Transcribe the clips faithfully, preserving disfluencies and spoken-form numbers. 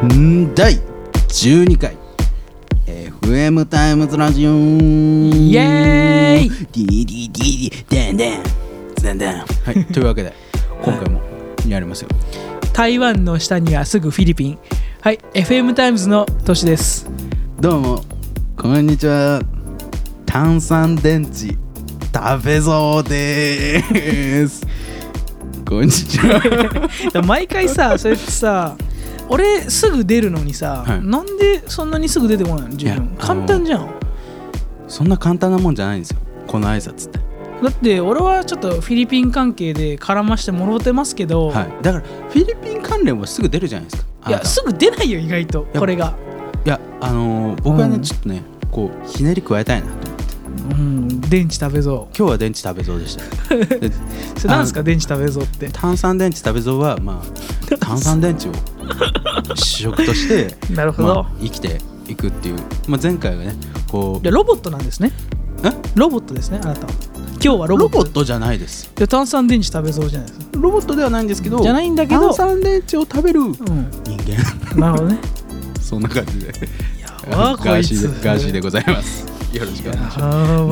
んだいじゅうにかい エフエム タイムズラジオイエーイディーディーディーデンデンデンデンはいというわけで今回もやりますよ。 台湾の下にはすぐフィリピン。はい エフエム タイムズのトシです。 どうもこんにちは。炭酸電池食べぞうでーすこんにちは毎回さそれってさ俺すぐ出るのにさ、はい、なんでそんなにすぐ出てこないの自分。簡単じゃん。 そんな簡単なもんじゃないんですよこの挨拶って。 だって俺はちょっとフィリピン関係で絡ましてもろうてますけど、 はい、だからフィリピン関連はすぐ出るじゃないですか。 いやすぐ出ないよ意外とこれが。いやあのー、僕はね、うん、ちょっとねこうひねり加えたいなと思って、 うん、電池食べぞう。 今日は電池食べぞうでしたでそれなんですか電池食べぞうって。 炭酸電池食べぞうはまあ炭酸電池を主食としてなるほど、 まあ、生きていくっていう、まあ、前回はねこうでロボットなんですね。 えロボットですねあなたは。今日はロボット。 ロボットじゃないです。 で炭酸電池食べそうじゃないですか。 ロボットではないんですけどじゃないんだけど炭酸電池を食べる人間、 うん、なるほどねそんな感じでやばガーシーでガーシーでございます。よろしくお願いします。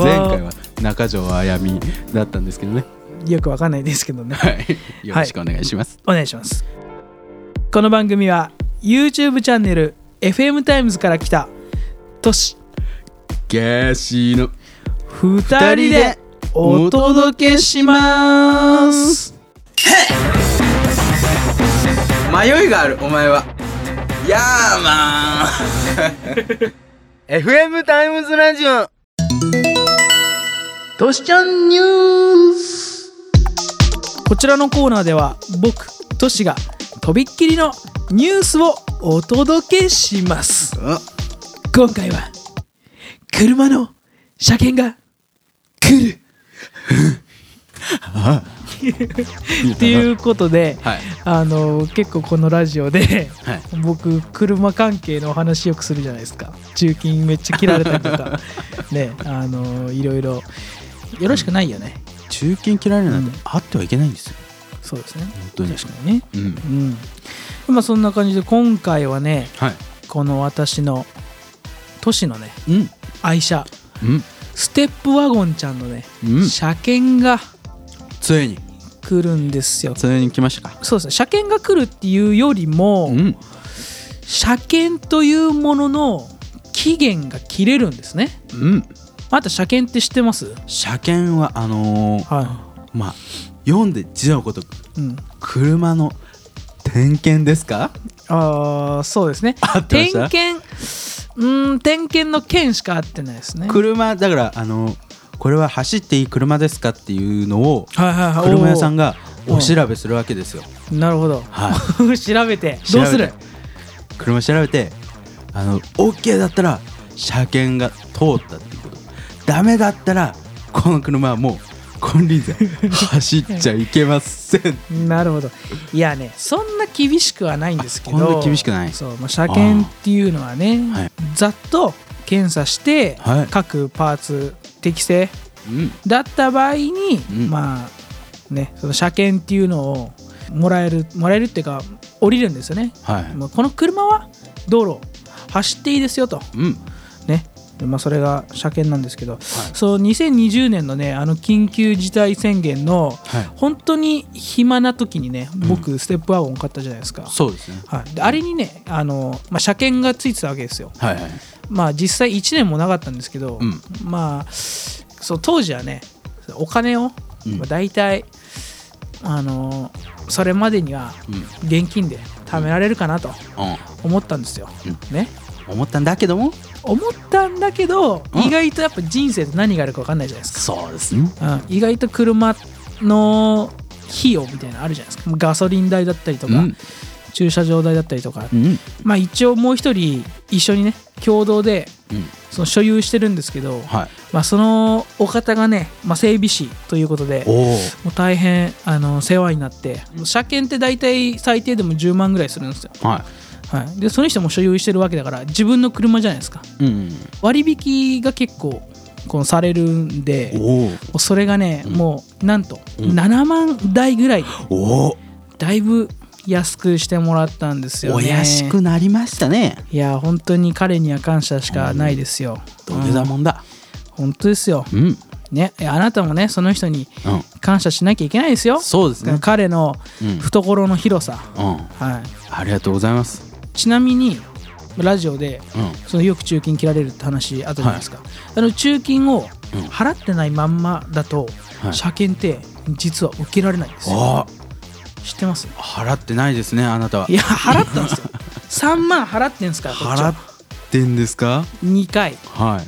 前回は中条あやみだったんですけどね。 よくわかんないですけどね。 はい、よろしくお願いします、 はい、お願いします。この番組は YouTube チャンネル エフエム タイムズから来たトシガーシーのふたりでお届けします。 迷いがあるお前はヤーマンエフエム タイムズラジオトシちゃんニュース。こちらのコーナーでは僕トシがとびっきりのニュースをお届けします。今回は車の車検が来るっていうことで、はい、あの結構このラジオで、はい、僕車関係のお話よくするじゃないですか。中金めっちゃ切られたりとかね、あのいろいろよろしくないよね。 中金切られるなんてあってはいけないんですよ、 うん、そうですね本当に確かにね、 うんうん、まあそんな感じで今回はね、はい、この私の都市のね、うん、愛車、うん、ステップワゴンちゃんのね、うん、車検がついに来るんですよ。 ついに来ましたか。 そうですね。車検が来るっていうよりも、うん、車検というものの期限が切れるんですね。うん。あと車検って知ってます？ 車検はあのーはい、まあ読んで字のごとく、うん、車の点検ですか？ ああそうですね。点検うん点検の検しか合ってないですね。 車だからあのーこれは走っていい車ですかっていうのを車屋さんがお調べするわけですよ。 なるほど、はい、調べてどうする？ 車調べてあの OK だったら車検が通ったっていうこと、ダメだったらこの車はもう金輪際走っちゃいけませんなるほど。いやねそんな厳しくはないんですけど、 こんな厳しくない。 そう、まあ、車検っていうのはね、はい、ざっと検査して、はい、各パーツ適正、うん、だった場合に、うん、まあねその車検っていうのをもらえるもらえるっていうか降りるんですよね、はい、もうこの車は道路走っていいですよと、うん、ねで、まあ、それが車検なんですけど、はい、そうにせんにじゅうねんのねあの緊急事態宣言の、はい、本当に暇な時にね僕、うん、ステップワゴン買ったじゃないですか。 そうですね、 はい、であれにねあの、まあ、車検がついてたわけですよ。はいはい、まあ実際いちねんもなかったんですけど、うん、まあそう当時はねお金を、うん、まあ、大体あのー、それまでには現金で貯められるかなと思ったんですよ、うん、ね思ったんだけども思ったんだけど、うん、意外とやっぱ人生って何があるか分かんないじゃないですか。 そうですね、 うん、意外と車の費用みたいなのあるじゃないですか。ガソリン代だったりとか、うん、駐車場代だったりとか、うん、まあ一応もう一人一緒にね共同で、うん、その所有してるんですけど、はい、まあ、そのお方がね、まあ、整備士ということでもう大変あの世話になって、車検って大体最低でもじゅうまんぐらいするんですよ、はいはい、でその人も所有してるわけだから自分の車じゃないですか、うんうん、割引が結構このされるんで、それがね、うん、もうなんとななまんだいぐらい、おだいぶ安くしてもらったんですよね。 お安くなりましたね。 いや本当に彼には感謝しかないですよ。 土下座もんだ、 うん、本当ですよ、 うんね、あなたもねその人に感謝しなきゃいけないですよ、うん、 そうですね。 彼の懐の広さ、 うんうん、はい、ありがとうございます。 ちなみにラジオで、うん、そのよく中金切られるって話あったじゃないですか、はい、あの中金を払ってないまんまだと、うん、車検って実は受けられないんですよ。知ってます？ 払ってないですねあなたは。 いや払ったんですよさんまん払ってんですから。こっちは払ってんですか？ にかい、 はい、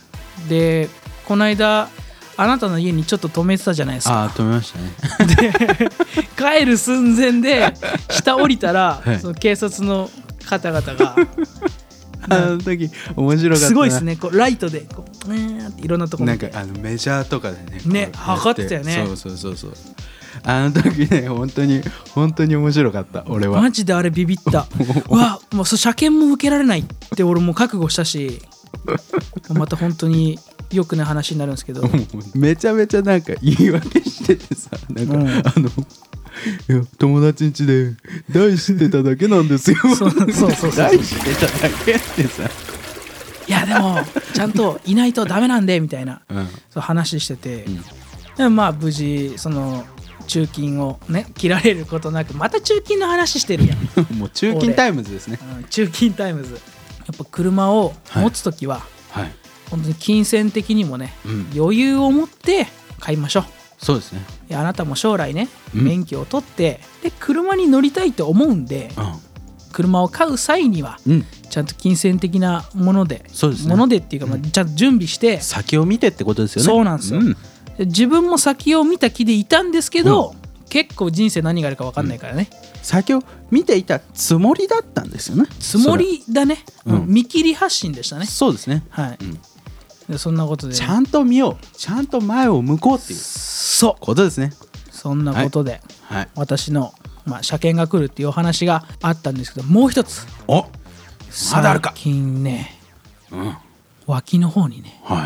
でこの間あなたの家にちょっと止めてたじゃないですか。 あ止めましたねで帰る寸前で下降りたら、 はい、 その警察の方々があの時面白かったな。 すごいですね、こうライトでこうねーっていろんなとこなんかあのメジャーとかでねね測ってたよね。 そうそうそうそう、あの時ね本当に本当に面白かった俺は。 マジであれビビったうわもうそ車検も受けられないって俺も覚悟したしまた本当によくね話になるんですけどめちゃめちゃなんか言い訳しててさ、なんか、うん、あのいや友達ん家で大してただけなんですよそうそうそうそう大してただけってさ、 いやでもちゃんといないとダメなんでみたいな、うん、そう話してて、うん、でもまあ無事その中金をね切られることなく、また中金の話してるやんもう中金タイムズですね、 うん、中金タイムズ。やっぱ車を持つときは、はいはい、本当に金銭的にもね、うん、余裕を持って買いましょう。 そうですね。 あなたも将来ね、うん、免許を取ってで車に乗りたいと思うんで、うん、車を買う際には、うん、ちゃんと金銭的なもので、そうですね、ものでっていうか、まあ、ちゃんと準備して先を見てってことですよね。 そうなんですよ、うん、自分も先を見た気でいたんですけど、うん、結構人生何があるか分かんないからね、 うん、先を見ていたつもりだったんですよね。 つもりだね、うん、見切り発信でしたね。 そうですね、 はい、うん、でそんなことで、ね、 ちゃんと見よう、ちゃんと前を向こうっていうそうことですね。 そんなことで、 はいはい、 私の、まあ、車検が来るっていうお話があったんですけど、もう一つおまだあるか。 最近ね、うん、脇の方にね、はい、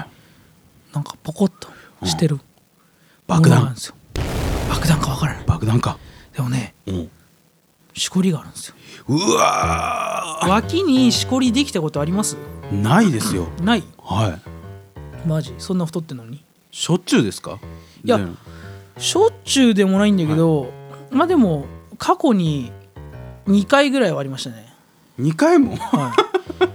なんかポコッとしてる、うん、 爆弾なんですよ。爆弾かわからない。 爆弾か。 でもね、 うん、 しこりがあるんですよ。 うわー、 脇にしこりできたことあります？ ないですよ。 ない。 はい。 マジそんな太ってんのに？ しょっちゅうですか？ いやしょっちゅうでもないんだけど、はい、まあでも過去ににかいぐらいはありましたね。 にかいも？ はい。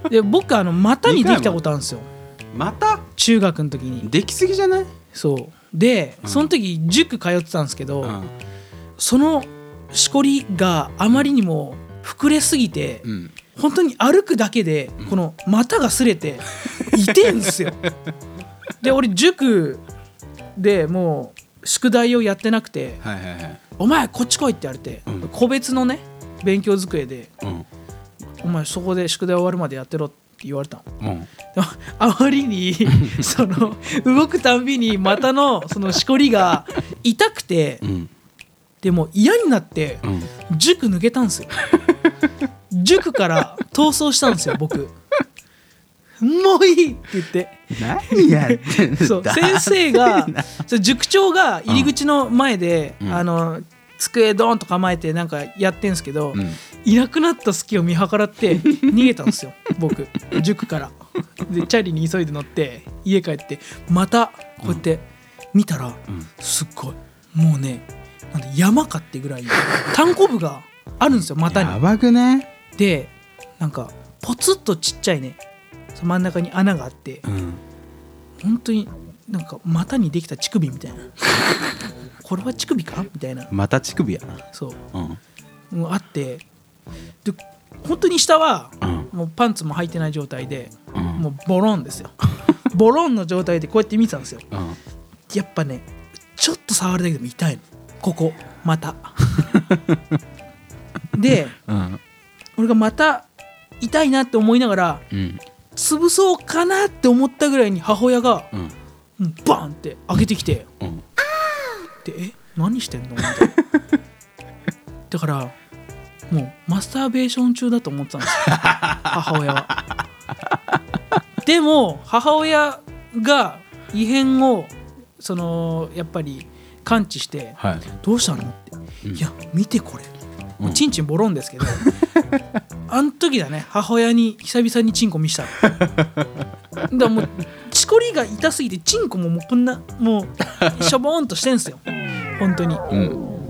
で僕あの股にできたことあるんですよ。 股？ 中学の時に。 できすぎじゃない？ そうで、うん、その時塾通ってたんですけど、うん、そのしこりがあまりにも膨れすぎて、うん、本当に歩くだけでこの股が擦れて痛いんですよ。で俺塾でもう宿題をやってなくて、はいはいはい、お前こっち来いって言われて、うん、個別のね勉強机で、うん、お前そこで宿題終わるまでやってろって言われたの、うん、あまりにその動くたんびに股のそのしこりが痛くて、うん、でも嫌になって、うん、塾抜けたんですよ。塾から逃走したんですよ僕。もういいって言って何やってんの。 そう先生がそう塾長が入り口の前で、うん、あの机ドーンと構えてなんかやってんすけど、うん、いなくなった隙を見計らって逃げたんですよ僕塾から。でチャリに急いで乗って家帰ってまたこうやって見たら、うん、すっごいもうねなんで山かってぐらい単行部があるんですよ股に。 やばくね。 でなんかポツッとちっちゃいね真ん中に穴があって、うん、本当になんか股にできた乳首みたいな。これは乳首かみたいな。 また乳首やな。 そう、うん、もうあってで本当に下は、うん、もうパンツも履いてない状態で、うん、もうボロンですよ。ボロンの状態でこうやって見てたんですよ、うん、やっぱねちょっと触るだけでも痛いのここまた。で、うん、俺がまた痛いなって思いながら、うん、潰そうかなって思ったぐらいに母親が、うん、バンって開けてきて、うん、でえ何してんのみたいな。だからもうマスターベーション中だと思ってたんですよ母親は。でも母親が異変をそのやっぱり感知して、はい、どうしたのって、うん、いや見てこれ、 もうチンチンボロンですけどあん時だね母親に久々にチンコ見したのだからもうしこりが痛すぎてチンコももうこんなもうしょぼーんとしてんすよ本当に、うん、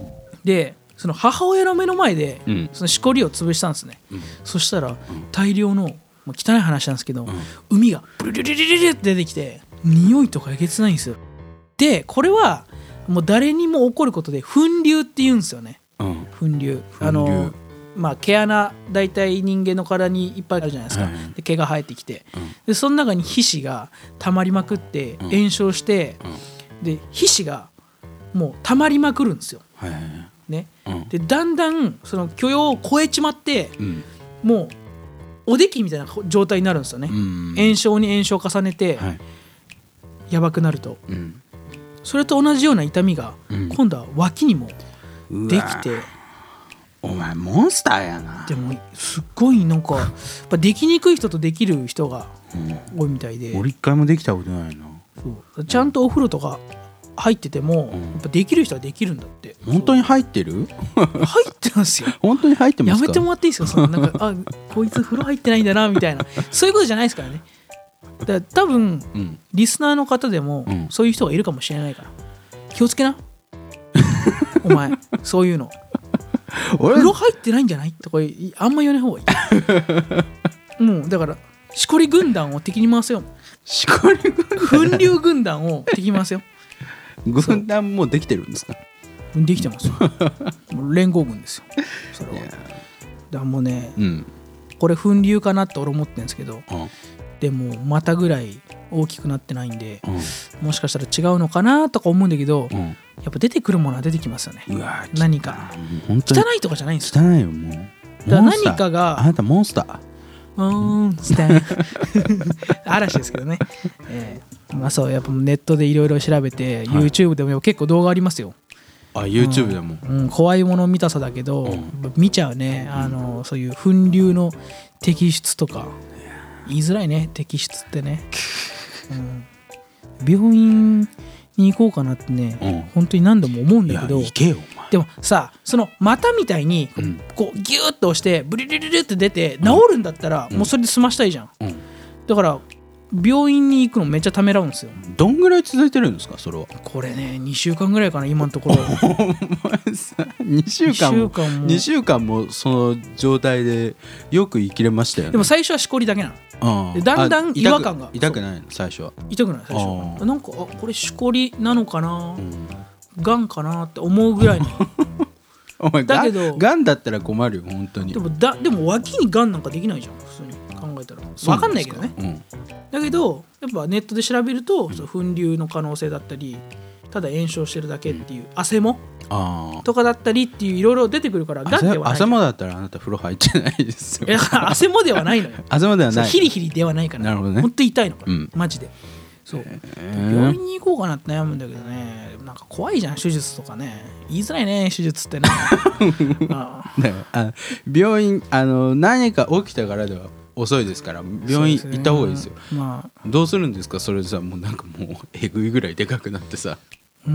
でその母親の目の前でそのしこりを潰したんですね、うん、そしたら大量のもう汚い話なんですけど、うん、海がブルルルルルルって出てきて匂いとかえげつないんですよ。でこれはもう誰にも起こることで粉瘤って言うんですよね、うん、粉瘤あのまあ毛穴大体人間の体にいっぱいあるじゃないですか、はい、で毛が生えてきて、うん、でその中に皮脂が溜まりまくって炎症して、うん、で皮脂がもう溜まりまくるんですよ、はいはいはいねうん、でだんだんその許容を超えちまって、うん、もうおできみたいな状態になるんですよね、うん、炎症に炎症を重ねて、はい、やばくなると、うん、それと同じような痛みが、うん、今度は脇にもできて、 お前モンスターやな。 でもすっごいなんかやっぱできにくい人とできる人が多いみたいで、 うん、俺一回もできたことないな。 そうちゃんとお風呂とか入ってても、うん、やっぱできる人はできるんだって。 本当に入ってる？ 入ってますよ。 本当に入ってますか？ やめてもらっていいですか？そのなんかあこいつ風呂入ってないんだなみたいなそういうことじゃないですからね。だから多分、うん、リスナーの方でも、うん、そういう人がいるかもしれないから気をつけなお前そういうの風呂入ってないんじゃないとかあんま言わない方がいいもうだからしこり軍団を敵に回すよ。 しこり軍団粉瘤軍団を敵に回すよ。 軍団もうできてるんですか？ できてますよもう連合軍ですよそれは。だからもうね、うん、これ粉瘤かなって俺思ってるんですけど、うん、でもまたぐらい大きくなってないんで、うん、もしかしたら違うのかなとか思うんだけど、うん、やっぱ出てくるものは出てきますよね。うわ何か汚いとかじゃないんですよ。 汚いよもう。 だから何かがあなたモンスターモンスター嵐ですけどね、えー、まあそうやっぱネットでいろいろ調べて、はい、YouTube でも結構動画ありますよ。 あ YouTube でも、 うんうん、怖いもの見たさだけど、うん、見ちゃうね。あのそういう粉瘤の摘出とか言いづらいね摘出ってね、うん、病院に行こうかなってね、うん、本当に何度も思うんだけど。 いや行けよお前。 でもさその股みたいにこうギューッと押してブリリリリって出て治るんだったらもうそれで済ましたいじゃん、うん、だから病院に行くのめっちゃためらうんですよ。 どんぐらい続いてるんですかそれは？ これねにしゅうかんぐらいかな今のところお前さにしゅうかんもにしゅうかんもその状態でよく生きれましたよね。 でも最初はしこりだけなの。でだんだん違和感が痛くないの最初は。 痛くない最初は。なんかあこれしこりなのかな、うん、がんかなって思うぐらいのお前だけどがんだったら困るよ本当に。 でもだでも脇にがんなんかできないじゃん普通に考えたら。分かんないけどね、うん、だけどやっぱネットで調べると、うん、粉瘤の可能性だったりただ炎症してるだけっていう、うん、汗もとかだったりっていういろいろ出てくるから。 がんではない。汗もだったらあなた風呂入ってないですよ。 いや汗もではないのよ汗もではない。 ヒリヒリではないから。 なるほどね。 本当に痛いのから、うん、マジで。そう病院に行こうかなって悩むんだけどね。なんか怖いじゃん手術とかね。言いづらいね手術ってねああ病院あの何か起きたからでは遅いですから病院行った方がいいですよ。すねまあ、どうするんですかそれさ。もうなんかもうえぐいぐらいでかくなってさ、うん、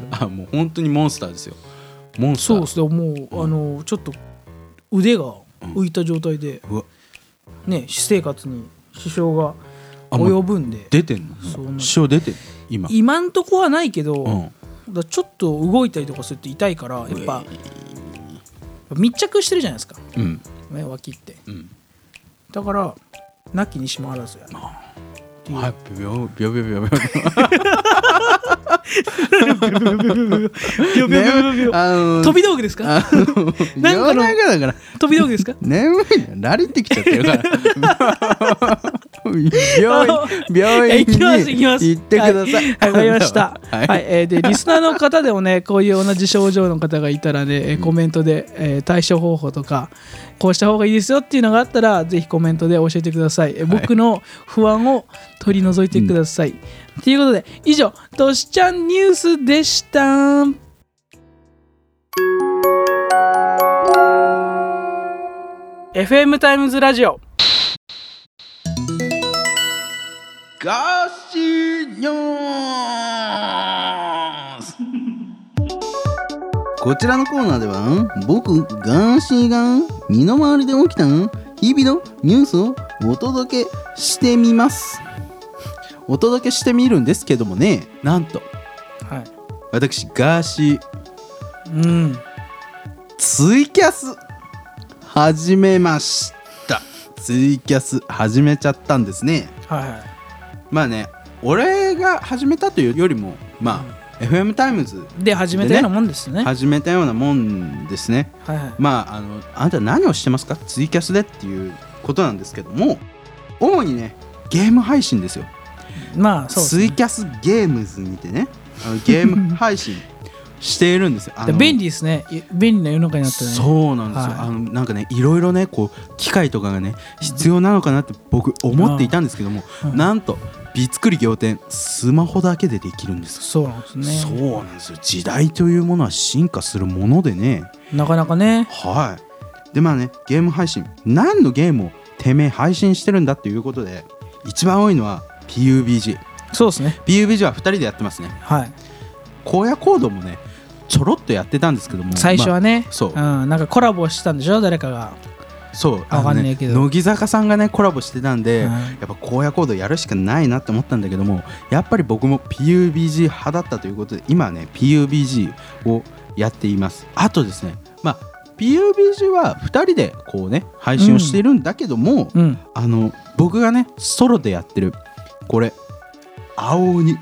あもう本当にモンスターですよ。モンスター。 そうですね。もう、うん、あのちょっと腕が浮いた状態で、うん、ね私生活に支障が及ぶんで。 出てんの？支障出てんの今？ 今んとこはないけど、うん、だちょっと動いたりとかすると痛いからやっぱ密着してるじゃないですか、うんね、脇って、うん、だからなきにしもあらずやな。 はいビョビョビョビョビョ飛び道具ですか？なんかの飛び道具ですか？ 眠いなラリってきちゃってるから病院病院に行ってください。 わかりました。はいはい、えー、でリスナーの方でもねこういう同じ症状の方がいたらねコメントで、えー、対処方法とかこうした方がいいですよっていうのがあったらぜひコメントで教えてください。僕の不安を取り除いてください、うん、ということで以上としちゃんニュースでした。エフエム タイムズラジオガシニョースこちらのコーナーでは僕ガーシーが身の回りで起きた日々のニュースをお届けしてみます。お届けしてみるんですけどもね、なんと、はい、私ガーシー、うん、ツイキャス始めました。ツイキャス始めちゃったんですね。はいはい、まあね、俺が始めたというよりもまあ、うん、エフエム タイムズで始めたようなもんですね。 始めたようなもんですね。はいはい、まああのあなた何をしてますかツイキャスでっていうことなんですけども、主にねゲーム配信ですよ。まあそうですね、ツイキャスゲームズにてね、あのゲーム配信しているんですよ。あの便利ですね。便利な世の中になったね。 そうなんですよ、はい、あのなんかねいろいろねこう機械とかがね必要なのかなって僕思っていたんですけども、うん、なんとびっくり仰天、スマホだけでできるんです。 そうなんですね。 そうなんですよ。時代というものは進化するものでね、 なかなかね。 はい。でまあね、ゲーム配信、何のゲームをてめえ配信してるんだっていうことで一番多いのは ピーユービージー。 そうですね。 ピーユービージー はふたりでやってますね。はい。荒野行動もねちょろっとやってたんですけども、 最初はね、 まあ、そう、 うん、なんかコラボしたんでしょ誰かが。 そう、あのね、乃木坂さんがねコラボしてたんで、うん、やっぱ荒野行動やるしかないなって思ったんだけども、やっぱり僕も ピーユービージー 派だったということで今はね ピーユービージー をやっています。あとですね、まあ ピーユービージー はふたりでこうね配信をしているんだけども、うん、あの僕がねソロでやってるこれ青鬼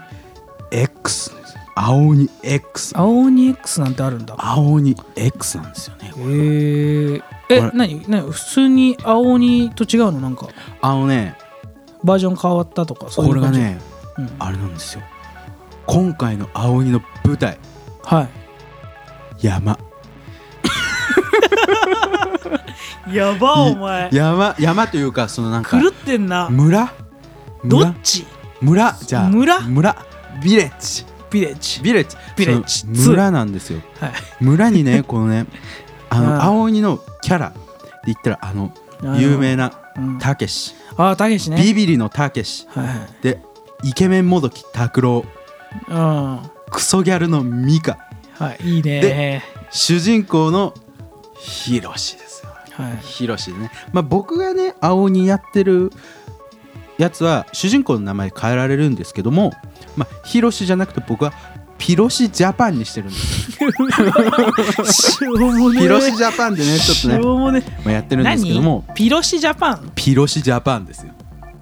X、青鬼 X、 青鬼 X なんてあるんだ。 青鬼 X なんですよね。 へえ。え、何何普通に青鬼と違うの？なんかあのねバージョン変わったとかそういう感じ。 これがね、うん、あれなんですよ。今回の青鬼の舞台、はい、山やばお前。 山山というかそのなんか狂ってんな。 村どっち村じゃあ村村ビレッジビレッジビレッジビレッジ村なんですよ。はい、村にねこのねあの青鬼のキャラで言ったらあの有名なたけし、 ああたけしね、 ビビリのたけし、はい、でイケメンもどき拓郎、うん、クソギャルのミカ、 はい、いいね。 で主人公のヒロシですよ。はい、ヒロシでね、まあ、僕がね青鬼やってるやつは主人公の名前変えられるんですけども、まあ、ヒロシじゃなくて僕はピロシジャパンにしてるんですよ。 しょうもね。 ピロシジャパンでねちょっとね、しょうもね、まあ、やってるんですけども、 ピロシジャパンピロシジャパンですよ。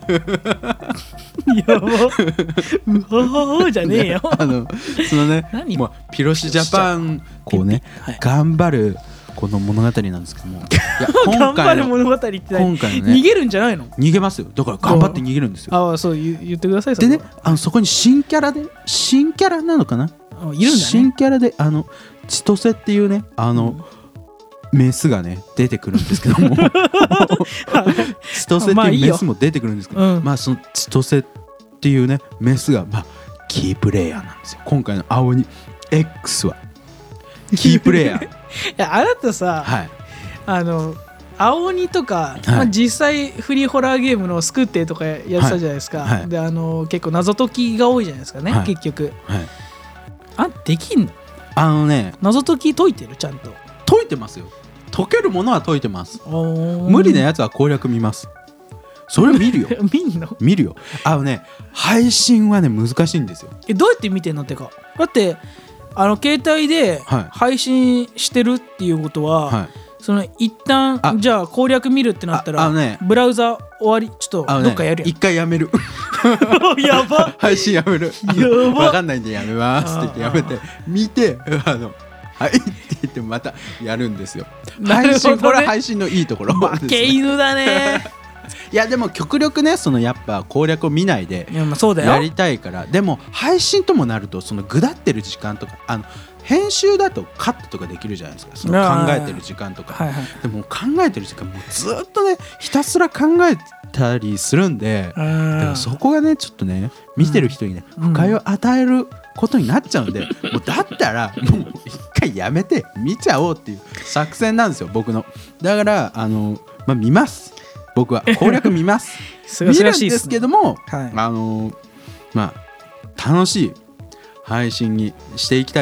やばうわじゃねえよ。 あのそのねもうピロシジャパンこうね、はい、頑張るこの物語なんですけども、いや今回の頑張る物語って今回の、ね、逃げるんじゃないの？ 逃げますよ。だから頑張って逃げるんですよ。 ああそう言ってください。 でね、あのそこに新キャラで新キャラなのかな、 いるんだね。 新キャラであの千歳っていうねあの、うん、メスがね出てくるんですけども千歳っていうメスも出てくるんですけど、まあ、いいまあその千歳っていうねメスがまあキープレイヤーなんですよ。今回の青鬼 X はキープレイヤー。 いやあなたさ、はい、あの青鬼とか、はいまあ、実際フリーホラーゲームのスクーテーとかやってたじゃないですか、はいはい、であの結構謎解きが多いじゃないですかね、はい、結局、はい、あできんの？ あのね謎解き解いてる？ちゃんと解いてますよ。解けるものは解いてます。無理なやつは攻略見ます。それ見るよ。 見んの？ 見るよ。あのね配信はね難しいんですよ。 えどうやって見てんのってか、だってあの携帯で配信してるっていうことは、はい、その一旦じゃあ攻略見るってなったら、ね、ブラウザ終わりちょっとどっかやるやん、 ね、一回やめる。 やば配信やめる。やば分かんないんでやめますって言ってやめて見てあのはいって言ってまたやるんですよ。配信、ね、これは配信のいいところ。 負け犬だね。 いやでも極力ねそのやっぱ攻略を見ないでやりたいから。でも配信ともなるとそのぐだってる時間とかあの編集だとカットとかできるじゃないですか。その考えてる時間とか、はいはい、でも考えてる時間もうずっとねひたすら考えたりするんで、だからそこがねちょっとね見てる人にね不快を与えることになっちゃうんで、うん、もうだったらもう一回やめて見ちゃおうっていう作戦なんですよ僕の。だからあの、まあ、見ます僕は攻略見ます見るんですけども、はい、あのまあ楽しい配信にしていきたい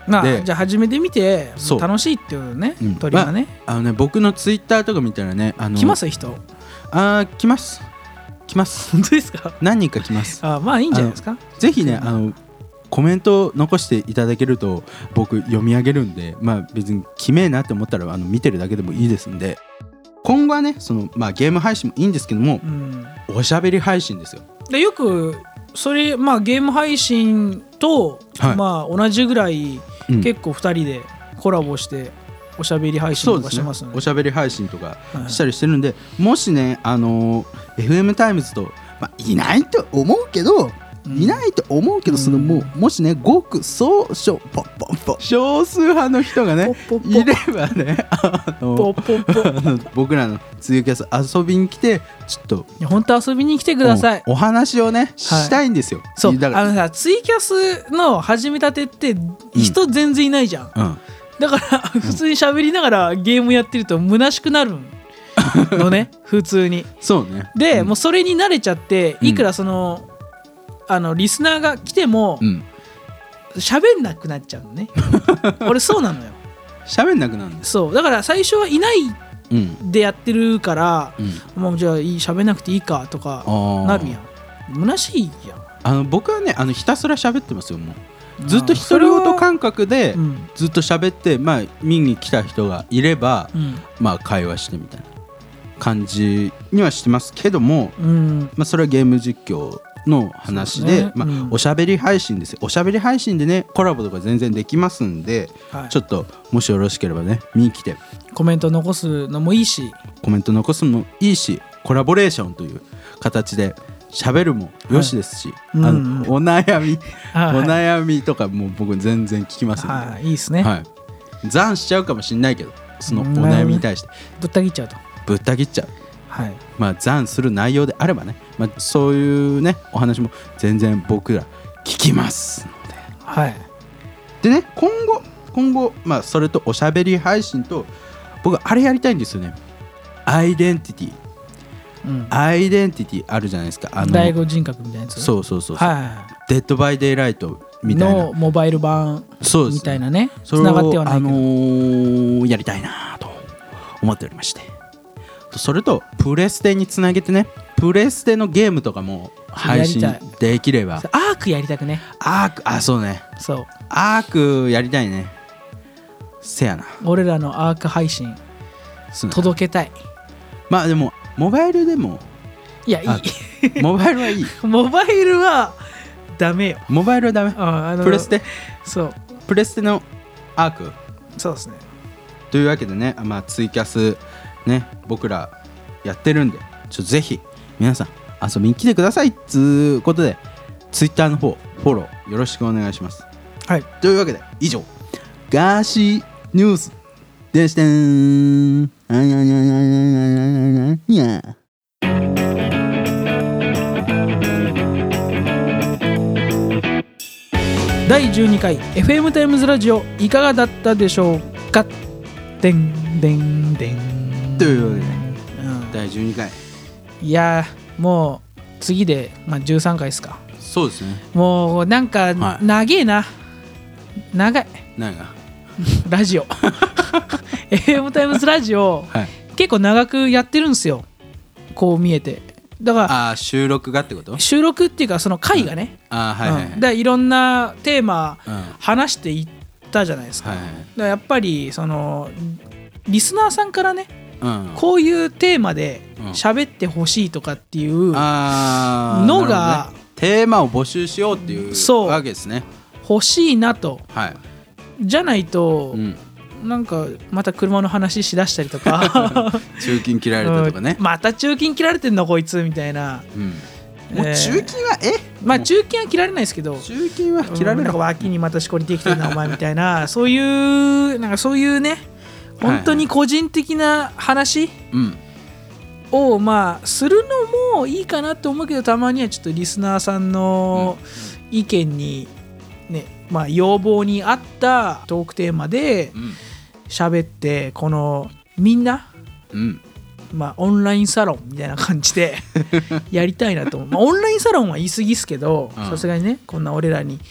まあ、 でじゃあ始めてみてそう楽しいっていうね、 うん鳥はね、 まあ、あのね僕のツイッターとか見たらねあの来ます人。 あー来ます来ます本当ですか？ 何人か来ますあ、まあいいんじゃないですか。 ぜひねあのコメント残していただけると僕読み上げるんで、まあ別にきめえなって思ったらあの見てるだけでもいいですんで、今後はねその、まあ、ゲーム配信もいいんですけども、 うん、 おしゃべり配信ですよ。 でよくそれ、まあ、ゲーム配信と、 はいまあ、同じぐらい、 うん結構ふたりでコラボしておしゃべり配信とかしてますよね。 おしゃべり配信とかはいしたりしてるんで、もしねあのー エフエム タイムズと、まあ、いないと思うけど、 うんいないと思うけど、 うんそのもうもしねごく少少ポッポッポ少数派の人がねポッポッポいればねあのポッポッポあの僕らのツイキャス遊びに来てちょっといや本当遊びに来てください。 お話をねしたいんですよ。 そうだからあのさツイキャスの始めたてって人全然いないじゃん、 うんだから普通に喋りながらゲームやってると虚しくなるのね普通に。 そうねで、 うんもうそれに慣れちゃっていくらその、あのリスナーが来てもうん喋んなくなっちゃうのね俺そうなのよ。 喋んなくなるんです。 そうだから最初はいないうんでやってるから、 うんもうじゃあいい喋んなくていいかとかあーなるやん。虚しいやん。 あの僕はねあのひたすら喋ってますよ。もうずっと独り言感覚でうんずっと喋ってまあ見に来た人がいればうんまあ会話してみたいな感じにはしてますけども、 うんまあそれはゲーム実況の話そうでねですまあうんおしゃべり配信ですよ。おしゃべり配信でねコラボとか全然できますんで、 はいちょっともしよろしければね見に来てコメント残すのもいいし、 コメント残すのもいいし、コラボレーションという形で喋るもよしですし、 はいあのうんうんお悩み、 はいお悩みとかも僕全然聞きますんで、 はい、いいですね、 はい、残しちゃうかもしんないけどそのおうん悩みに対してぶった切っちゃうと。 ぶった切っちゃう、 はいまあ残する内容であればね、まあ、そういうねお話も全然僕ら聞きますので、 はいでね今後今後まあそれとおしゃべり配信と僕あれやりたいんですよね。アイデンティティうん、 アイデンティティあるじゃないですか。あの第五人格みたいなやつ。 そうそうそうそう、 はデッドバイデイライトいみたいなのモバイル版そうですみたいなね、 それをつながってはないあけど、 のーやりたいなと思っておりまして、それとプレステにつなげてねプレステのゲームとかも配信やりできればアークやりたくね。 アークあそうねそうアークやりたいね。せやな俺らのアーク配信そうな届けたい。 まあでもモバイルでもいやいあいモバイルはいいモバイルはダメよ。 モバイルはダメああのプレステそうプレステのアークそうですね。 というわけでね、まあ、ツイキャスね僕らやってるんでちょっとぜひ皆さん遊びに来てくださいっつうことでツイッターの方フォローよろしくお願いします。 はいというわけで以上ガーシーニュースでしたー。あにゃにゃにゃにゃにゃにゃにゃにゃだいじゅうにかい エフエム タイムズラジオいかがだったでしょうか。でんでんでんというわけでうんだいじゅうにかいいやーもう次で、まあ、じゅうさんかいですか。 そうですね。 もうなんかはい長えな、長い何がラジオエフエム タイムズラジオはい結構長くやってるんですよ、こう見えて。だからああ収録がってこと収録っていうかその回がね、 ああはいはいはいうんでいろんなテーマうん話していったじゃないですか。 はいはいだからやっぱりそのリスナーさんからねうんこういうテーマでうん喋ってほしいとかっていうあーのがなるほどねテーマを募集しようっていうそうわけですね。 欲しいなと。 はい、 じゃないとう、ん、 なんかまた車の話しだしたりとか中金切られたとかねう、んまた中金切られてんのこいつみたいな。 うん、もうえー中金はえまあ中金は切られないですけど、 中金は切られるうんなんか脇にまたしこりできてんなお前みたいなそういうなんかそういうね本当に個人的な話うんをまあするのもいいかなと思うけど、たまにはちょっとリスナーさんの意見にね、まあ要望に合ったトークテーマでうん喋って、このみんなうんまあオンラインサロンみたいな感じでやりたいなと思う。まあオンラインサロンは言い過ぎっすけど、 うんさすがにねこんな俺らに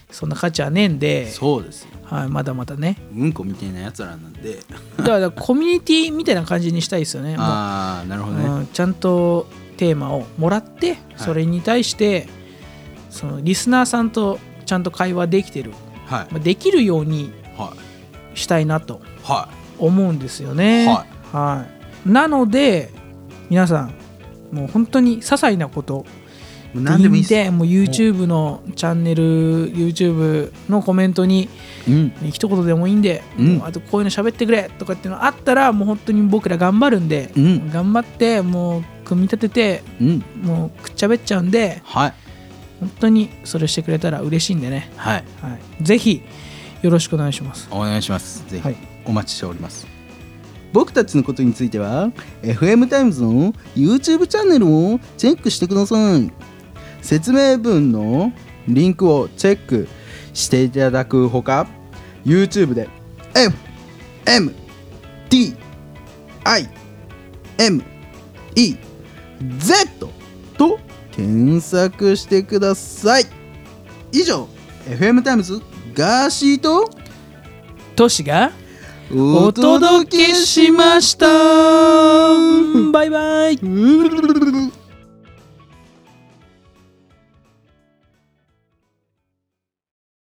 そんな価値はねえんで、 そうですよ、 はい、まだまだね、 うんこみたいなやつらなんでだからコミュニティみたいな感じにしたいですよね。 ああなるほどね、 うん、ちゃんとテーマをもらって、はい、それに対してそのリスナーさんとちゃんと会話できてる、はいまあ、できるようにしたいなと思うんですよね、はいはい、なので皆さんもう本当に些細なこと何でもいいです。もう YouTube のチャンネル YouTube のコメントに、うん、一言でもいいんで、うん、あとこういうの喋ってくれとかっていうのあったらもう本当に僕ら頑張るんで、うん、頑張ってもう組み立てて、うん、もうくっちゃべっちゃうんで、はい、本当にそれしてくれたら嬉しいんでね、はいはい、ぜひよろしくお願いします。 お願いします。ぜひ、はい、お待ちしております。僕たちのことについては エフエム タイムズの YouTube チャンネルをチェックしてください。説明文のリンクをチェックしていただくほか YouTube で エフエムティーアイエムイーゼット と検索してください。以上 エフエム タイムズガーシーとトシがお届けしました。バイバイ。